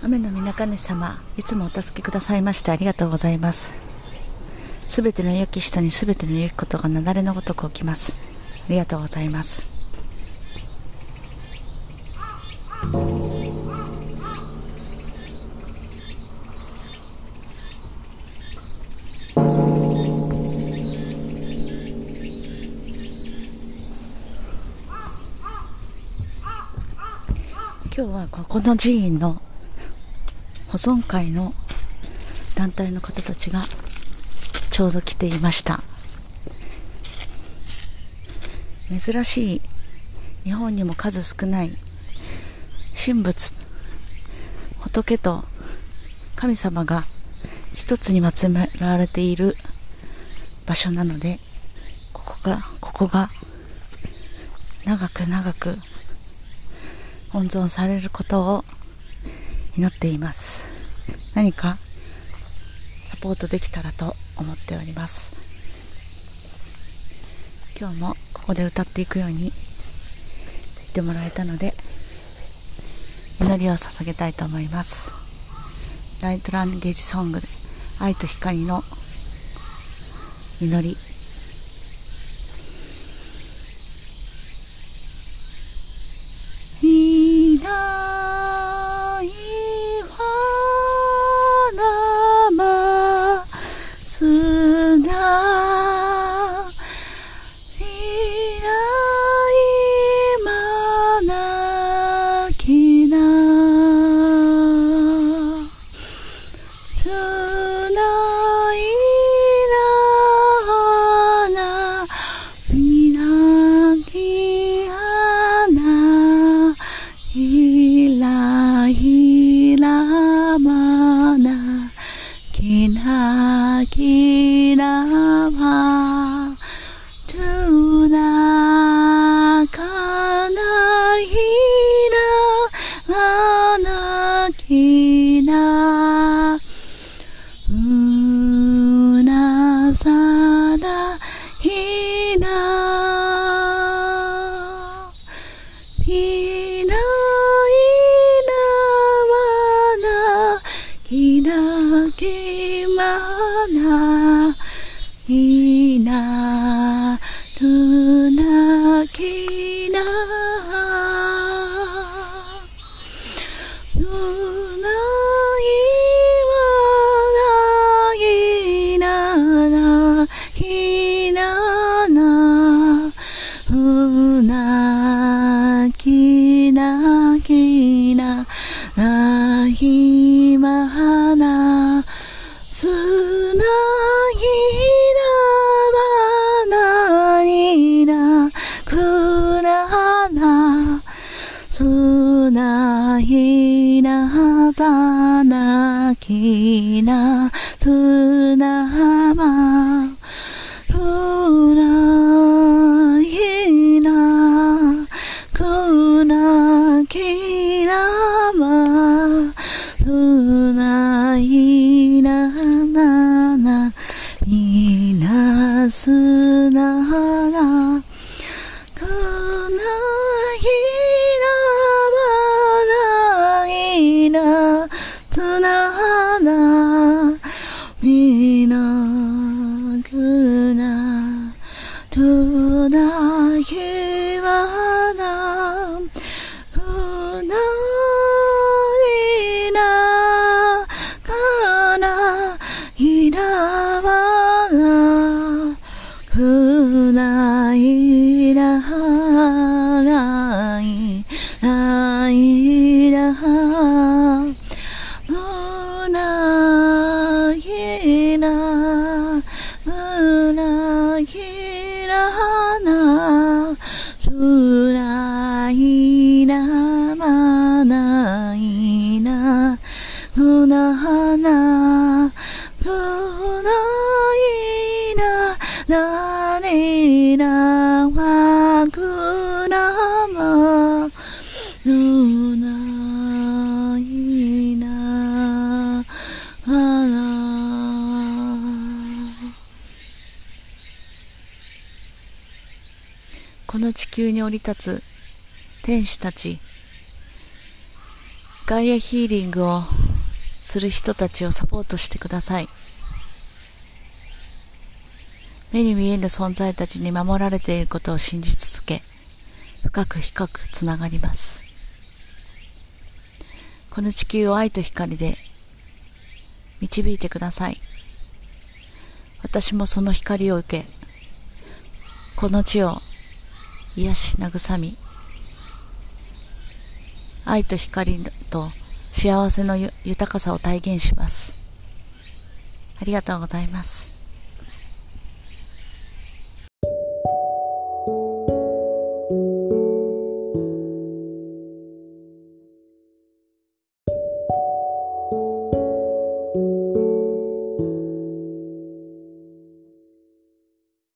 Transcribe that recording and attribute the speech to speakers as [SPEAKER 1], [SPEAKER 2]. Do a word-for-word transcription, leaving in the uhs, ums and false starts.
[SPEAKER 1] 雨の皆神主様、いつもお助けくださいましてありがとうございます。すべての良き人にすべての良きことが雪崩のごとく起きます。ありがとうございます。今日はここの寺院の保存会の団体の方たちがちょうど来ていました。珍しい、日本にも数少ない神仏、仏と神様が一つにまつめられている場所なので、ここがここが長く長く温存されることを祈っています。何かサポートできたらと思っております。今日もここで歌っていくように言ってもらえたので、祈りを捧げたいと思います。ライトランゲージソングで愛と光の祈り。この地球に降り立つ天使たち、ガイアヒーリングをする人たちをサポートしてください。目に見えぬ存在たちに守られていることを信じ続け、深く深くつながります。この地球を愛と光で導いてください。私もその光を受け、この地を癒し慰み、愛と光と幸せの豊かさを体現します。ありがとうございます。